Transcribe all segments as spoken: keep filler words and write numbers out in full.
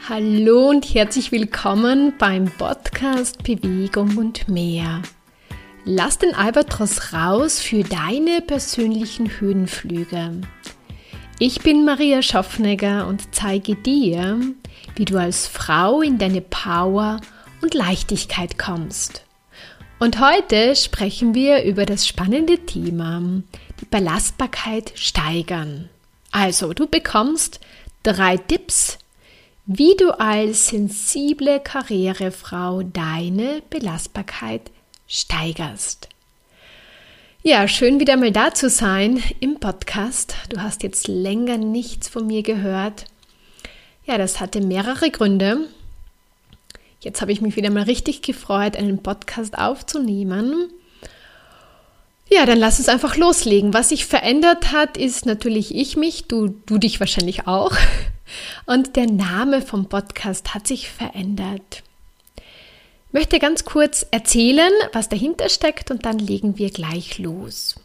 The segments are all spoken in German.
Hallo und herzlich willkommen beim Podcast Bewegung und mehr. Lass den Albatros raus für deine persönlichen Höhenflüge. Ich bin Maria Schaffnegger und zeige dir, wie du als Frau in deine Power und Leichtigkeit kommst. Und heute sprechen wir über das spannende Thema, die Belastbarkeit steigern. Also, du bekommst drei Tipps, wie du als sensible Karrierefrau deine Belastbarkeit steigerst. Ja, schön wieder mal da zu sein im Podcast. Du hast jetzt länger nichts von mir gehört. Ja, das hatte mehrere Gründe. Jetzt habe ich mich wieder mal richtig gefreut, einen Podcast aufzunehmen. Ja, dann lass uns einfach loslegen. Was sich verändert hat, ist natürlich ich mich, du, du dich wahrscheinlich auch. Und der Name vom Podcast hat sich verändert. Ich möchte ganz kurz erzählen, was dahinter steckt und dann legen wir gleich los.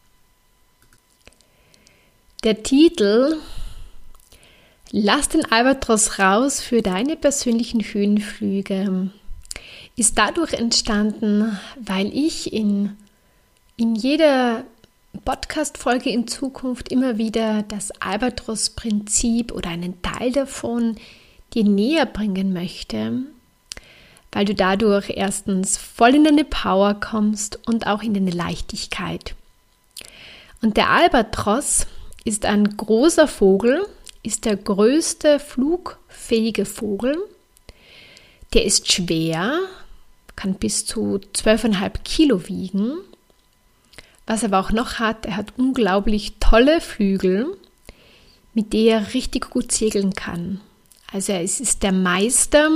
Der Titel Lass den Albatros raus für deine persönlichen Höhenflüge ist dadurch entstanden, weil ich in, in jeder Podcast-Folge in Zukunft immer wieder das Albatros-Prinzip oder einen Teil davon dir näher bringen möchte, weil du dadurch erstens voll in deine Power kommst und auch in deine Leichtigkeit. Und der Albatros ist ein großer Vogel, ist der größte flugfähige Vogel. Der ist schwer, kann bis zu zwölf Komma fünf Kilo wiegen. Was er aber auch noch hat, er hat unglaublich tolle Flügel, mit denen er richtig gut segeln kann. Also er ist der Meister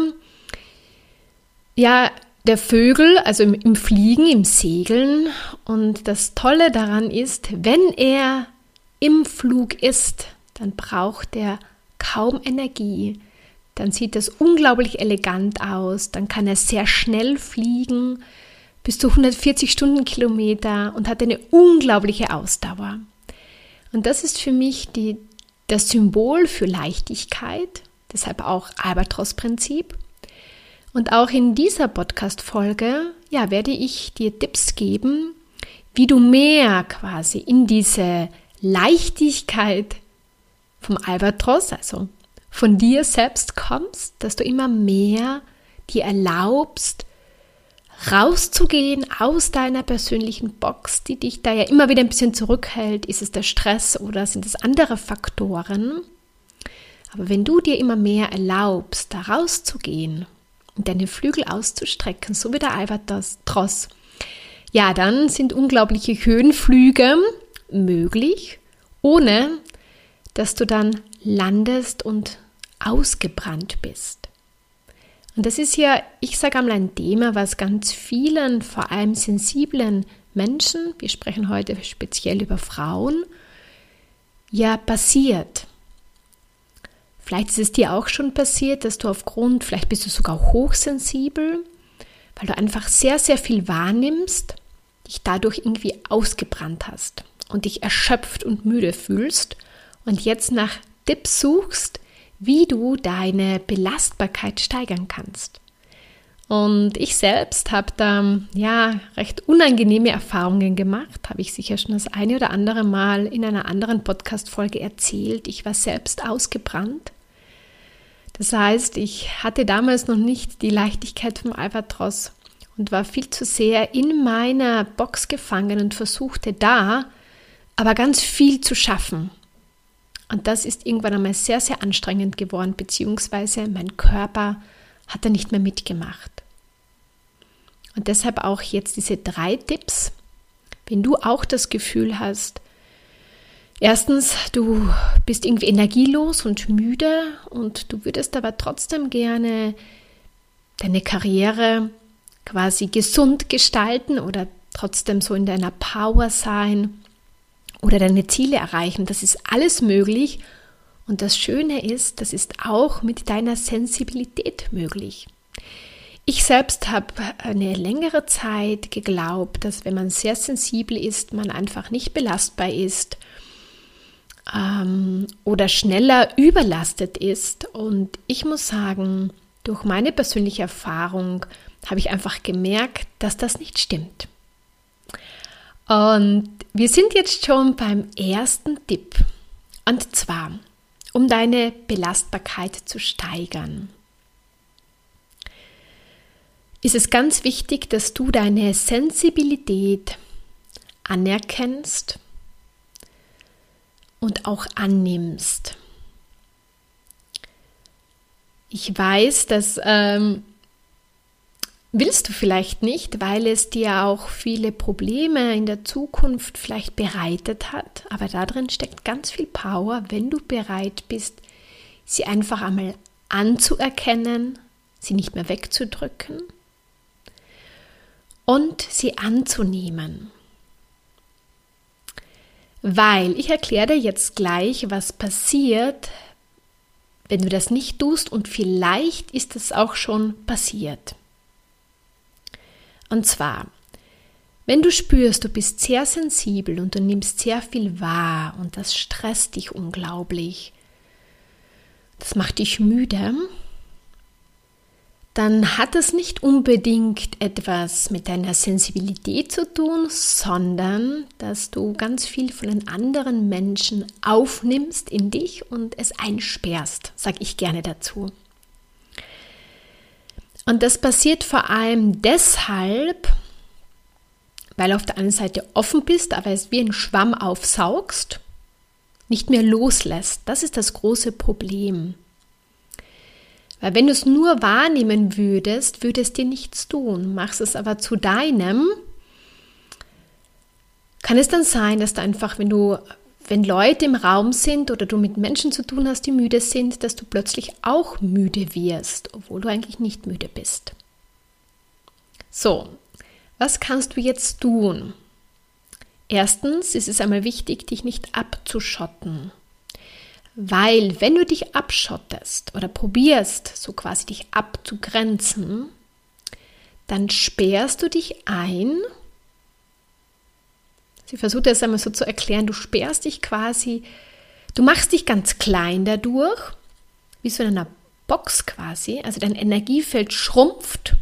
ja, der Vögel, also im, im Fliegen, im Segeln. Und das Tolle daran ist, wenn er im Flug ist, dann braucht er kaum Energie. Dann sieht das unglaublich elegant aus, dann kann er sehr schnell fliegen, bis zu hundertvierzig Stundenkilometer und hat eine unglaubliche Ausdauer. Und das ist für mich die, das Symbol für Leichtigkeit, deshalb auch Albatros-Prinzip. Und auch in dieser Podcast-Folge ja, werde ich dir Tipps geben, wie du mehr quasi in diese Leichtigkeit vom Albatros, also von dir selbst kommst, dass du immer mehr dir erlaubst, rauszugehen aus deiner persönlichen Box, die dich da ja immer wieder ein bisschen zurückhält. Ist es der Stress oder sind es andere Faktoren? Aber wenn du dir immer mehr erlaubst, da rauszugehen und deine Flügel auszustrecken, so wie der Albatros, ja, dann sind unglaubliche Höhenflüge möglich, ohne dass du dann landest und ausgebrannt bist. Und das ist ja, ich sage einmal, ein Thema, was ganz vielen, vor allem sensiblen Menschen, wir sprechen heute speziell über Frauen, ja passiert. Vielleicht ist es dir auch schon passiert, dass du aufgrund, vielleicht bist du sogar hochsensibel, weil du einfach sehr, sehr viel wahrnimmst, dich dadurch irgendwie ausgebrannt hast und dich erschöpft und müde fühlst und jetzt nach Tipps suchst, wie du deine Belastbarkeit steigern kannst. Und ich selbst habe da ja recht unangenehme Erfahrungen gemacht, habe ich sicher schon das eine oder andere Mal in einer anderen Podcast-Folge erzählt. Ich war selbst ausgebrannt. Das heißt, ich hatte damals noch nicht die Leichtigkeit vom Albatros und war viel zu sehr in meiner Box gefangen und versuchte da aber ganz viel zu schaffen. Und das ist irgendwann einmal sehr, sehr anstrengend geworden, beziehungsweise mein Körper hat da nicht mehr mitgemacht. Und deshalb auch jetzt diese drei Tipps, wenn du auch das Gefühl hast, erstens, du bist irgendwie energielos und müde und du würdest aber trotzdem gerne deine Karriere quasi gesund gestalten oder trotzdem so in deiner Power sein, oder deine Ziele erreichen. Das ist alles möglich und das Schöne ist, das ist auch mit deiner Sensibilität möglich. Ich selbst habe eine längere Zeit geglaubt, dass wenn man sehr sensibel ist, man einfach nicht belastbar ist, ähm, oder schneller überlastet ist. Und ich muss sagen, durch meine persönliche Erfahrung habe ich einfach gemerkt, dass das nicht stimmt. Und wir sind jetzt schon beim ersten Tipp. Und zwar, um deine Belastbarkeit zu steigern, ist es ganz wichtig, dass du deine Sensibilität anerkennst und auch annimmst. Ich weiß, dass ähm, willst du vielleicht nicht, weil es dir auch viele Probleme in der Zukunft vielleicht bereitet hat, aber da drin steckt ganz viel Power, wenn du bereit bist, sie einfach einmal anzuerkennen, sie nicht mehr wegzudrücken und sie anzunehmen. Weil, ich erkläre dir jetzt gleich, was passiert, wenn du das nicht tust, und vielleicht ist es auch schon passiert. Und zwar, wenn du spürst, du bist sehr sensibel und du nimmst sehr viel wahr und das stresst dich unglaublich, das macht dich müde, dann hat es nicht unbedingt etwas mit deiner Sensibilität zu tun, sondern dass du ganz viel von den anderen Menschen aufnimmst in dich und es einsperrst, sage ich gerne dazu. Und das passiert vor allem deshalb, weil du auf der einen Seite offen bist, aber es wie ein Schwamm aufsaugst, nicht mehr loslässt. Das ist das große Problem. Weil wenn du es nur wahrnehmen würdest, würde es dir nichts tun. Machst es aber zu deinem, kann es dann sein, dass du einfach, wenn du, wenn Leute im Raum sind oder du mit Menschen zu tun hast, die müde sind, dass du plötzlich auch müde wirst, obwohl du eigentlich nicht müde bist. So, was kannst du jetzt tun? Erstens ist es einmal wichtig, dich nicht abzuschotten. Weil, wenn du dich abschottest oder probierst, so quasi dich abzugrenzen, dann sperrst du dich ein. Sie versucht das einmal so zu erklären, du sperrst dich quasi, du machst dich ganz klein dadurch, wie so in einer Box quasi, also dein Energiefeld schrumpft,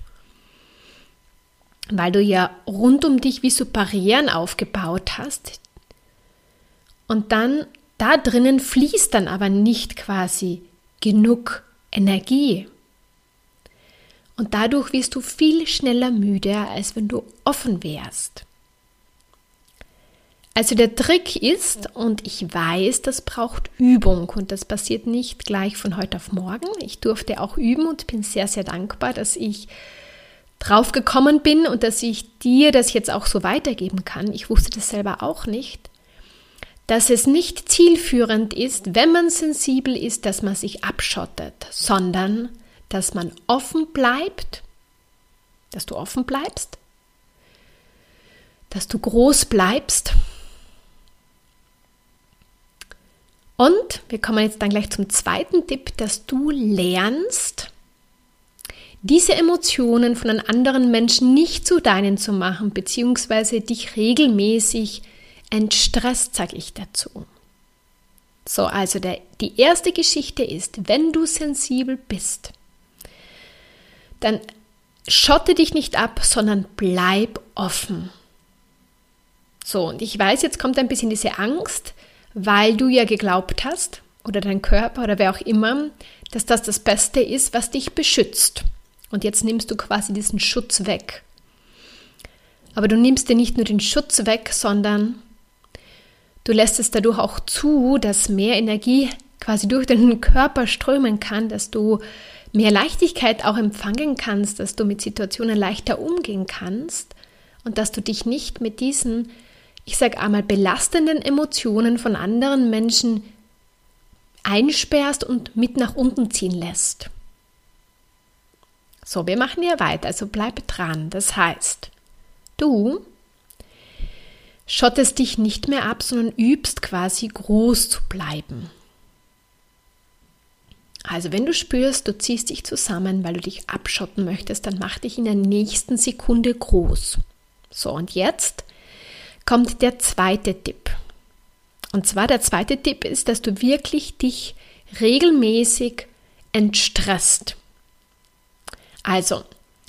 weil du ja rund um dich wie so Barrieren aufgebaut hast. Und dann da drinnen fließt dann aber nicht quasi genug Energie. Und dadurch wirst du viel schneller müde, als wenn du offen wärst. Also der Trick ist, und ich weiß, das braucht Übung und das passiert nicht gleich von heute auf morgen. Ich durfte auch üben und bin sehr, sehr dankbar, dass ich drauf gekommen bin und dass ich dir das jetzt auch so weitergeben kann. Ich wusste das selber auch nicht. Dass es nicht zielführend ist, wenn man sensibel ist, dass man sich abschottet, sondern dass man offen bleibt, dass du offen bleibst, dass du groß bleibst. Und wir kommen jetzt dann gleich zum zweiten Tipp, dass du lernst, diese Emotionen von den anderen Menschen nicht zu deinen zu machen, beziehungsweise dich regelmäßig entstresst, sage ich dazu. So, also der, die erste Geschichte ist, wenn du sensibel bist, dann schotte dich nicht ab, sondern bleib offen. So, und ich weiß, jetzt kommt ein bisschen diese Angst, weil du ja geglaubt hast, oder dein Körper oder wer auch immer, dass das das Beste ist, was dich beschützt. Und jetzt nimmst du quasi diesen Schutz weg. Aber du nimmst dir nicht nur den Schutz weg, sondern du lässt es dadurch auch zu, dass mehr Energie quasi durch deinen Körper strömen kann, dass du mehr Leichtigkeit auch empfangen kannst, dass du mit Situationen leichter umgehen kannst und dass du dich nicht mit diesen, ich sage einmal, belastenden Emotionen von anderen Menschen einsperrst und mit nach unten ziehen lässt. So, wir machen hier weiter, also bleib dran. Das heißt, du schottest dich nicht mehr ab, sondern übst quasi groß zu bleiben. Also wenn du spürst, du ziehst dich zusammen, weil du dich abschotten möchtest, dann mach dich in der nächsten Sekunde groß. So, und jetzt kommt der zweite Tipp. Und zwar der zweite Tipp ist, dass du wirklich dich regelmäßig entstresst. Also,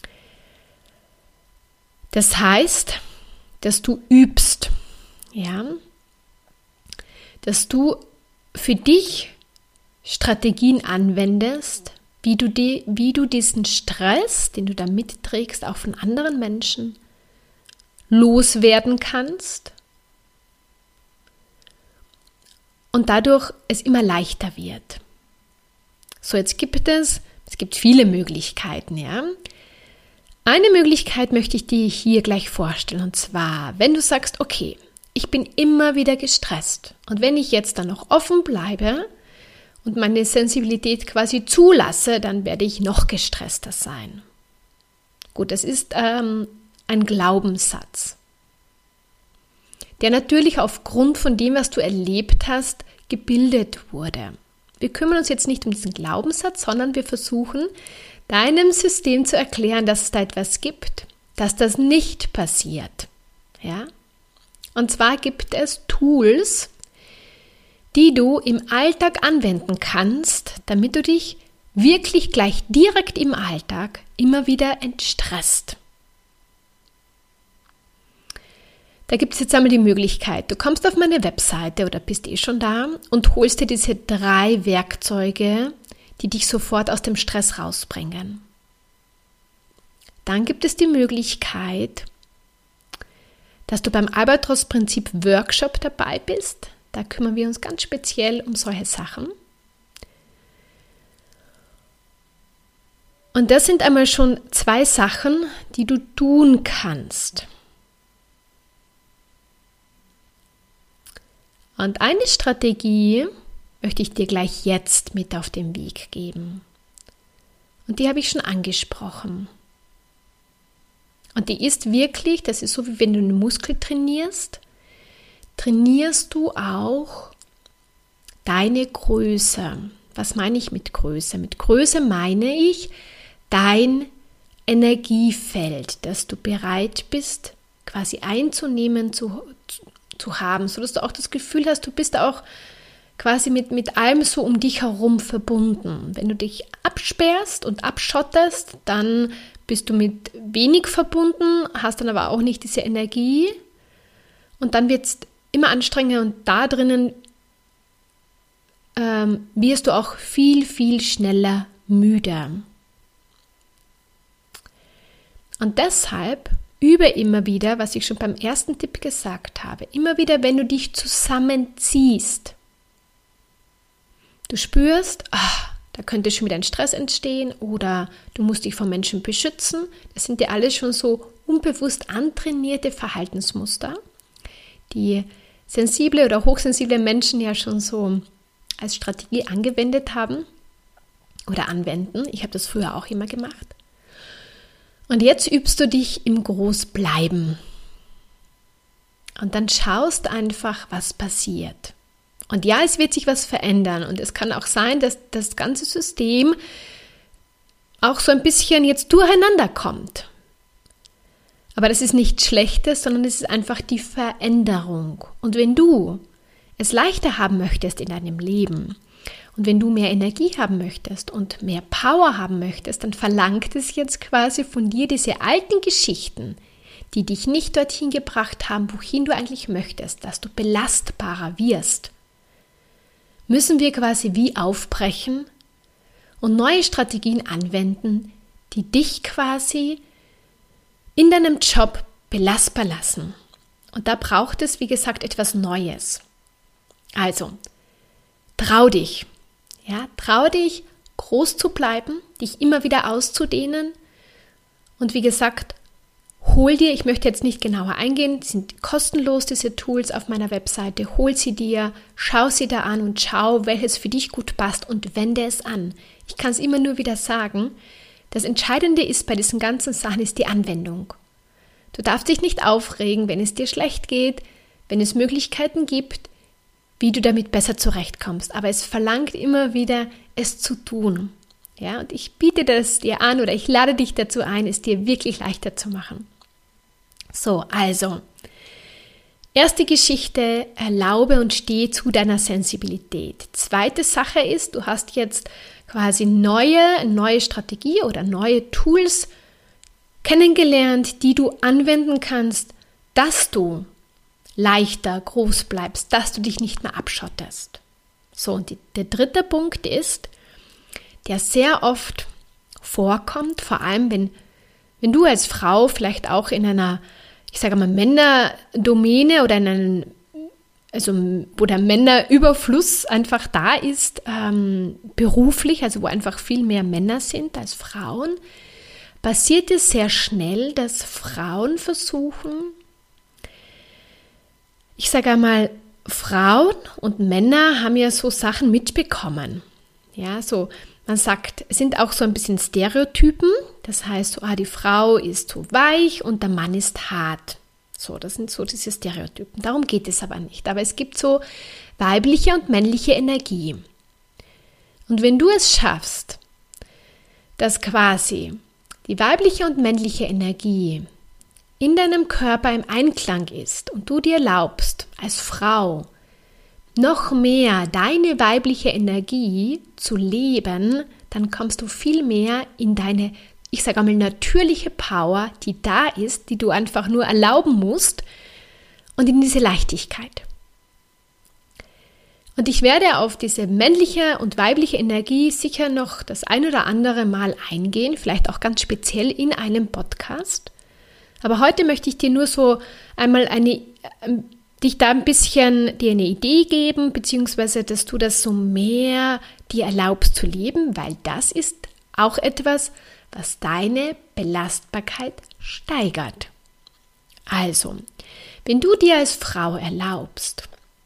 das heißt, dass du übst, ja, dass du für dich Strategien anwendest, wie du, die, wie du diesen Stress, den du da mitträgst, auch von anderen Menschen, loswerden kannst und dadurch es immer leichter wird. So, jetzt gibt es, es gibt viele Möglichkeiten, ja. Eine Möglichkeit möchte ich dir hier gleich vorstellen, und zwar, wenn du sagst, okay, ich bin immer wieder gestresst und wenn ich jetzt dann noch offen bleibe und meine Sensibilität quasi zulasse, dann werde ich noch gestresster sein. Gut, das ist ähm, ein Glaubenssatz, der natürlich aufgrund von dem, was du erlebt hast, gebildet wurde. Wir kümmern uns jetzt nicht um diesen Glaubenssatz, sondern wir versuchen, deinem System zu erklären, dass es da etwas gibt, dass das nicht passiert. Ja? Und zwar gibt es Tools, die du im Alltag anwenden kannst, damit du dich wirklich gleich direkt im Alltag immer wieder entstresst. Da gibt es jetzt einmal die Möglichkeit, du kommst auf meine Webseite oder bist eh schon da und holst dir diese drei Werkzeuge, die dich sofort aus dem Stress rausbringen. Dann gibt es die Möglichkeit, dass du beim Albatros-Prinzip Workshop dabei bist. Da kümmern wir uns ganz speziell um solche Sachen. Und das sind einmal schon zwei Sachen, die du tun kannst. Und eine Strategie möchte ich dir gleich jetzt mit auf den Weg geben. Und die habe ich schon angesprochen. Und die ist wirklich, das ist so, wie wenn du einen Muskel trainierst, trainierst du auch deine Größe. Was meine ich mit Größe? Mit Größe meine ich dein Energiefeld, das du bereit bist, quasi einzunehmen, zu, zu, zu haben, sodass du auch das Gefühl hast, du bist auch quasi mit, mit allem so um dich herum verbunden. Wenn du dich absperrst und abschottest, dann bist du mit wenig verbunden, hast dann aber auch nicht diese Energie und dann wird es immer anstrengender und da drinnen ähm, wirst du auch viel, viel schneller müde. Und deshalb übe immer wieder, was ich schon beim ersten Tipp gesagt habe, immer wieder, wenn du dich zusammenziehst, du spürst, ach, da könnte schon wieder ein Stress entstehen oder du musst dich vor Menschen beschützen. Das sind ja alles schon so unbewusst antrainierte Verhaltensmuster, die sensible oder hochsensible Menschen ja schon so als Strategie angewendet haben oder anwenden. Ich habe das früher auch immer gemacht. Und jetzt übst du dich im Großbleiben. Und dann schaust einfach, was passiert. Und ja, es wird sich was verändern. Und es kann auch sein, dass das ganze System auch so ein bisschen jetzt durcheinander kommt. Aber das ist nichts Schlechtes, sondern es ist einfach die Veränderung. Und wenn du es leichter haben möchtest in deinem Leben und wenn du mehr Energie haben möchtest und mehr Power haben möchtest, dann verlangt es jetzt quasi von dir diese alten Geschichten, die dich nicht dorthin gebracht haben, wohin du eigentlich möchtest, dass du belastbarer wirst, müssen wir quasi wie aufbrechen und neue Strategien anwenden, die dich quasi in deinem Job belastbar lassen. Und da braucht es, wie gesagt, etwas Neues. Also, trau dich. Ja, trau dich, groß zu bleiben, dich immer wieder auszudehnen. Und wie gesagt, hol dir, ich möchte jetzt nicht genauer eingehen, sind kostenlos diese Tools auf meiner Webseite, hol sie dir, schau sie da an und schau, welches für dich gut passt und wende es an. Ich kann es immer nur wieder sagen, das Entscheidende ist bei diesen ganzen Sachen ist die Anwendung. Du darfst dich nicht aufregen, wenn es dir schlecht geht, wenn es Möglichkeiten gibt, wie du damit besser zurechtkommst. Aber es verlangt immer wieder, es zu tun. Ja, und ich biete das dir an oder ich lade dich dazu ein, es dir wirklich leichter zu machen. So, also, Erste Geschichte, erlaube und stehe zu deiner Sensibilität. Zweite Sache ist, du hast jetzt quasi neue, neue Strategie oder neue Tools kennengelernt, die du anwenden kannst, dass du leichter groß bleibst, dass du dich nicht mehr abschottest. So, und die, der dritte Punkt ist, der sehr oft vorkommt, vor allem wenn, wenn du als Frau vielleicht auch in einer, ich sage mal, Männerdomäne oder in einem, also wo der Männerüberfluss einfach da ist, ähm, beruflich, also wo einfach viel mehr Männer sind als Frauen, passiert es sehr schnell, dass Frauen versuchen, ich sage einmal, Frauen und Männer haben ja so Sachen mitbekommen. Ja, so, man sagt, es sind auch so ein bisschen Stereotypen. Das heißt, so, ah, die Frau ist so weich und der Mann ist hart. So, das sind so diese Stereotypen. Darum geht es aber nicht. Aber es gibt so weibliche und männliche Energie. Und wenn du es schaffst, dass quasi die weibliche und männliche Energie in deinem Körper im Einklang ist und du dir erlaubst, als Frau noch mehr deine weibliche Energie zu leben, dann kommst du viel mehr in deine, ich sage einmal, natürliche Power, die da ist, die du einfach nur erlauben musst, und in diese Leichtigkeit. Und ich werde auf diese männliche und weibliche Energie sicher noch das ein oder andere Mal eingehen, vielleicht auch ganz speziell in einem Podcast. Aber heute möchte ich dir nur so einmal eine, äh, dich da ein bisschen dir eine Idee geben, beziehungsweise, dass du das so mehr dir erlaubst zu leben, weil das ist auch etwas, was deine Belastbarkeit steigert. Also, wenn du dir als Frau erlaubst,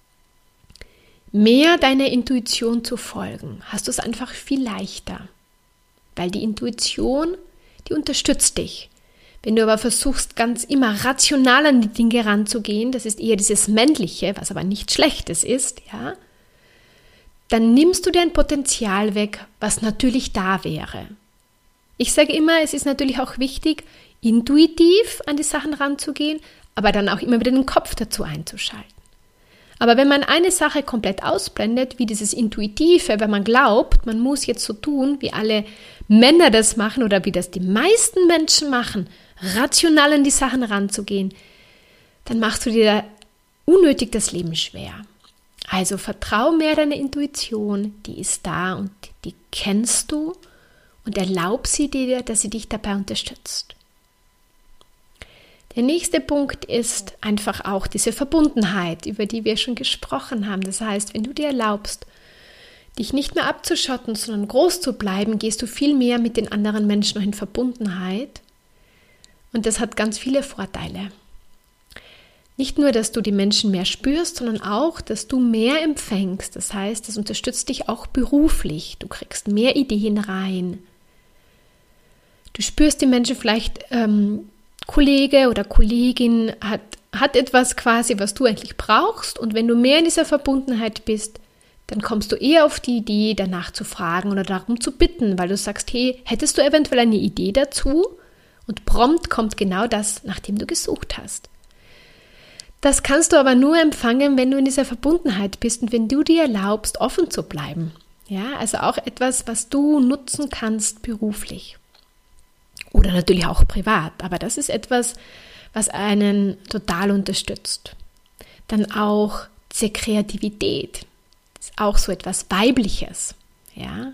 mehr deiner Intuition zu folgen, hast du es einfach viel leichter, weil die Intuition, die unterstützt dich. Wenn du aber versuchst, ganz immer rational an die Dinge ranzugehen, das ist eher dieses Männliche, was aber nichts Schlechtes ist, ja, dann nimmst du dir ein Potenzial weg, was natürlich da wäre. Ich sage immer, es ist natürlich auch wichtig, intuitiv an die Sachen ranzugehen, aber dann auch immer wieder den Kopf dazu einzuschalten. Aber wenn man eine Sache komplett ausblendet, wie dieses Intuitive, wenn man glaubt, man muss jetzt so tun, wie alle Männer das machen oder wie das die meisten Menschen machen, rational an die Sachen ranzugehen, dann machst du dir unnötig das Leben schwer. Also vertrau mehr deiner Intuition, die ist da und die kennst du, und erlaub sie dir, dass sie dich dabei unterstützt. Der nächste Punkt ist einfach auch diese Verbundenheit, über die wir schon gesprochen haben. Das heißt, wenn du dir erlaubst, dich nicht mehr abzuschotten, sondern groß zu bleiben, gehst du viel mehr mit den anderen Menschen noch in Verbundenheit. Und das hat ganz viele Vorteile. Nicht nur, dass du die Menschen mehr spürst, sondern auch, dass du mehr empfängst. Das heißt, das unterstützt dich auch beruflich. Du kriegst mehr Ideen rein. Du spürst die Menschen vielleicht, ähm, Kollege oder Kollegin hat, hat etwas quasi, was du eigentlich brauchst. Und wenn du mehr in dieser Verbundenheit bist, dann kommst du eher auf die Idee, danach zu fragen oder darum zu bitten, weil du sagst, hey, hättest du eventuell eine Idee dazu? Und prompt kommt genau das, nach dem du gesucht hast. Das kannst du aber nur empfangen, wenn du in dieser Verbundenheit bist und wenn du dir erlaubst, offen zu bleiben. Ja, also auch etwas, was du nutzen kannst beruflich. Oder natürlich auch privat, aber das ist etwas, was einen total unterstützt. Dann auch diese Kreativität, ist auch so etwas Weibliches, ja.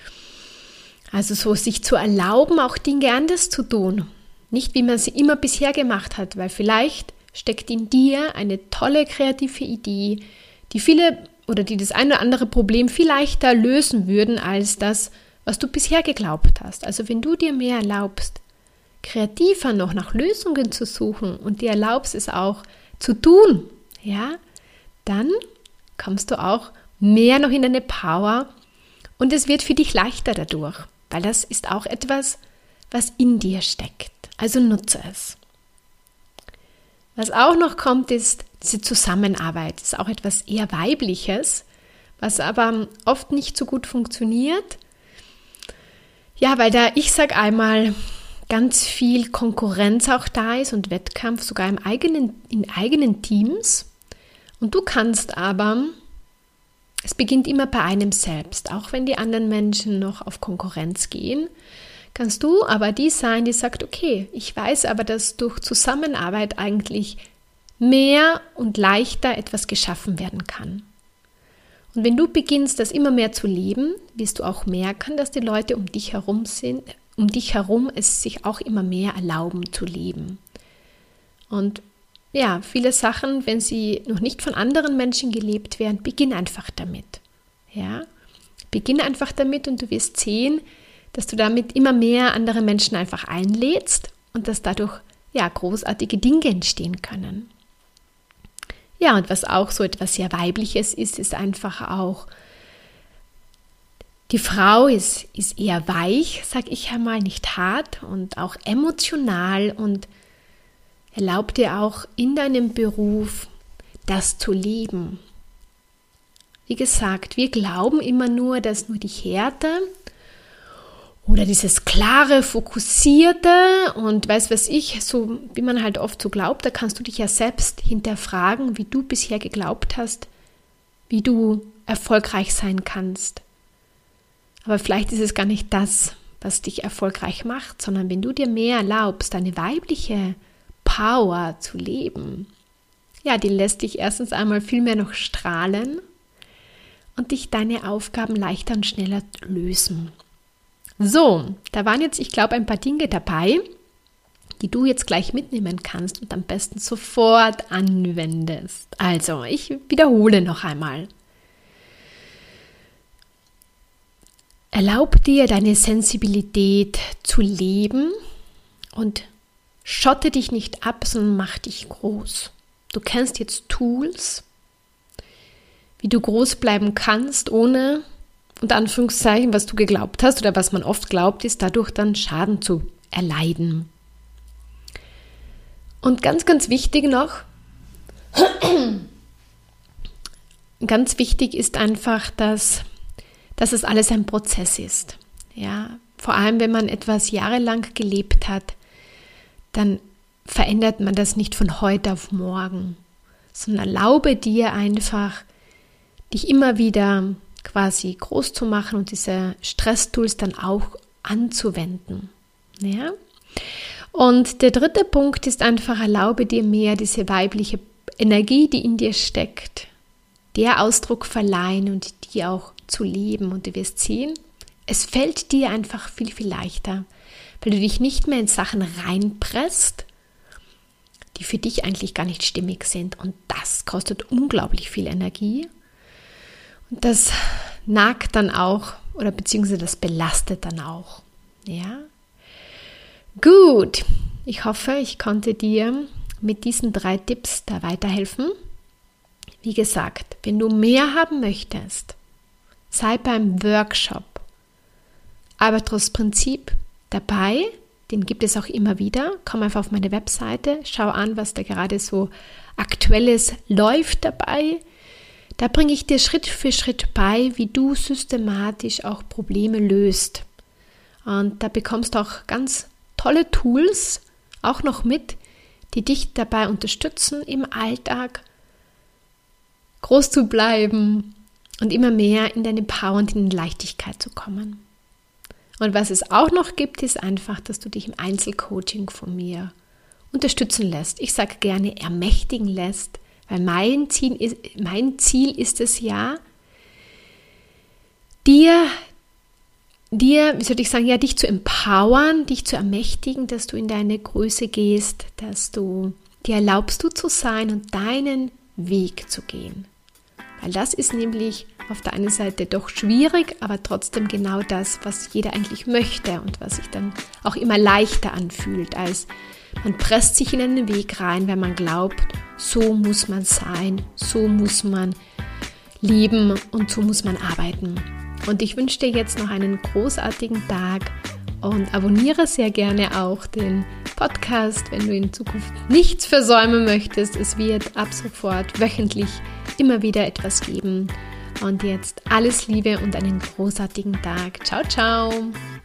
Also so sich zu erlauben, auch Dinge anders zu tun, nicht wie man sie immer bisher gemacht hat, weil vielleicht steckt in dir eine tolle kreative Idee, die viele oder die das ein oder andere Problem viel leichter lösen würden als das, was du bisher geglaubt hast. Also wenn du dir mehr erlaubst, kreativer noch nach Lösungen zu suchen und dir erlaubst, es auch zu tun, ja, dann kommst du auch mehr noch in deine Power und es wird für dich leichter dadurch, weil das ist auch etwas, was in dir steckt. Also nutze es. Was auch noch kommt, ist diese Zusammenarbeit. Das ist auch etwas eher Weibliches, was aber oft nicht so gut funktioniert. Ja, weil da, ich sage einmal, ganz viel Konkurrenz auch da ist und Wettkampf, sogar im eigenen, in eigenen Teams. Und du kannst aber, es beginnt immer bei einem selbst, auch wenn die anderen Menschen noch auf Konkurrenz gehen, kannst du aber die sein, die sagt, okay, ich weiß aber, dass durch Zusammenarbeit eigentlich mehr und leichter etwas geschaffen werden kann. Und wenn du beginnst, das immer mehr zu leben, wirst du auch merken, dass die Leute um dich herum sind, um dich herum es sich auch immer mehr erlauben zu leben. Und ja, viele Sachen, wenn sie noch nicht von anderen Menschen gelebt werden, beginn einfach damit. Ja, beginn einfach damit und du wirst sehen, dass du damit immer mehr andere Menschen einfach einlädst und dass dadurch ja großartige Dinge entstehen können. Ja, und was auch so etwas sehr Weibliches ist, ist einfach auch, die Frau ist, ist eher weich, sag ich einmal, nicht hart und auch emotional und erlaub dir auch in deinem Beruf das zu leben. Wie gesagt, wir glauben immer nur, dass nur die Härte oder dieses klare, fokussierte und weiß was ich, so wie man halt oft so glaubt, da kannst du dich ja selbst hinterfragen, wie du bisher geglaubt hast, wie du erfolgreich sein kannst. Aber vielleicht ist es gar nicht das, was dich erfolgreich macht, sondern wenn du dir mehr erlaubst, deine weibliche Power zu leben, ja, die lässt dich erstens einmal viel mehr noch strahlen und dich deine Aufgaben leichter und schneller lösen. So, da waren jetzt, ich glaube, ein paar Dinge dabei, die du jetzt gleich mitnehmen kannst und am besten sofort anwendest. Also, ich wiederhole noch einmal. Erlaub dir, deine Sensibilität zu leben und schotte dich nicht ab, sondern mach dich groß. Du kennst jetzt Tools, wie du groß bleiben kannst, ohne, unter Anführungszeichen, was du geglaubt hast oder was man oft glaubt, ist dadurch dann Schaden zu erleiden. Und ganz, ganz wichtig noch, ganz wichtig ist einfach, dass, dass es alles ein Prozess ist. Ja, vor allem, wenn man etwas jahrelang gelebt hat, dann verändert man das nicht von heute auf morgen, sondern erlaube dir einfach, dich immer wieder quasi groß zu machen und diese Stresstools dann auch anzuwenden. Ja? Und der dritte Punkt ist einfach, erlaube dir mehr diese weibliche Energie, die in dir steckt, der Ausdruck verleihen und die auch zu leben. Und du wirst sehen, es fällt dir einfach viel, viel leichter, weil du dich nicht mehr in Sachen reinpresst, die für dich eigentlich gar nicht stimmig sind. Und das kostet unglaublich viel Energie. Und das nagt dann auch, oder beziehungsweise das belastet dann auch. Ja? Gut, ich hoffe, ich konnte dir mit diesen drei Tipps da weiterhelfen. Wie gesagt, wenn du mehr haben möchtest, sei beim Workshop Albatros-Prinzip dabei, den gibt es auch immer wieder. Komm einfach auf meine Webseite, schau an, was da gerade so Aktuelles läuft dabei. Da bringe ich dir Schritt für Schritt bei, wie du systematisch auch Probleme löst. Und da bekommst du auch ganz tolle Tools auch noch mit, die dich dabei unterstützen, im Alltag groß zu bleiben und immer mehr in deine Power und in die Leichtigkeit zu kommen. Und was es auch noch gibt, ist einfach, dass du dich im Einzelcoaching von mir unterstützen lässt. Ich sage gerne ermächtigen lässt, weil mein Ziel ist, mein Ziel ist es ja, dir, dir, wie soll ich sagen, ja, dich zu empowern, dich zu ermächtigen, dass du in deine Größe gehst, dass du dir erlaubst, du zu sein und deinen Weg zu gehen. Weil das ist nämlich auf der einen Seite doch schwierig, aber trotzdem genau das, was jeder eigentlich möchte und was sich dann auch immer leichter anfühlt, als man presst sich in einen Weg rein, weil man glaubt, so muss man sein, so muss man leben und so muss man arbeiten. Und ich wünsche dir jetzt noch einen großartigen Tag und abonniere sehr gerne auch den Podcast, wenn du in Zukunft nichts versäumen möchtest. Es wird ab sofort wöchentlich immer wieder etwas geben. Und jetzt alles Liebe und einen großartigen Tag. Ciao, ciao!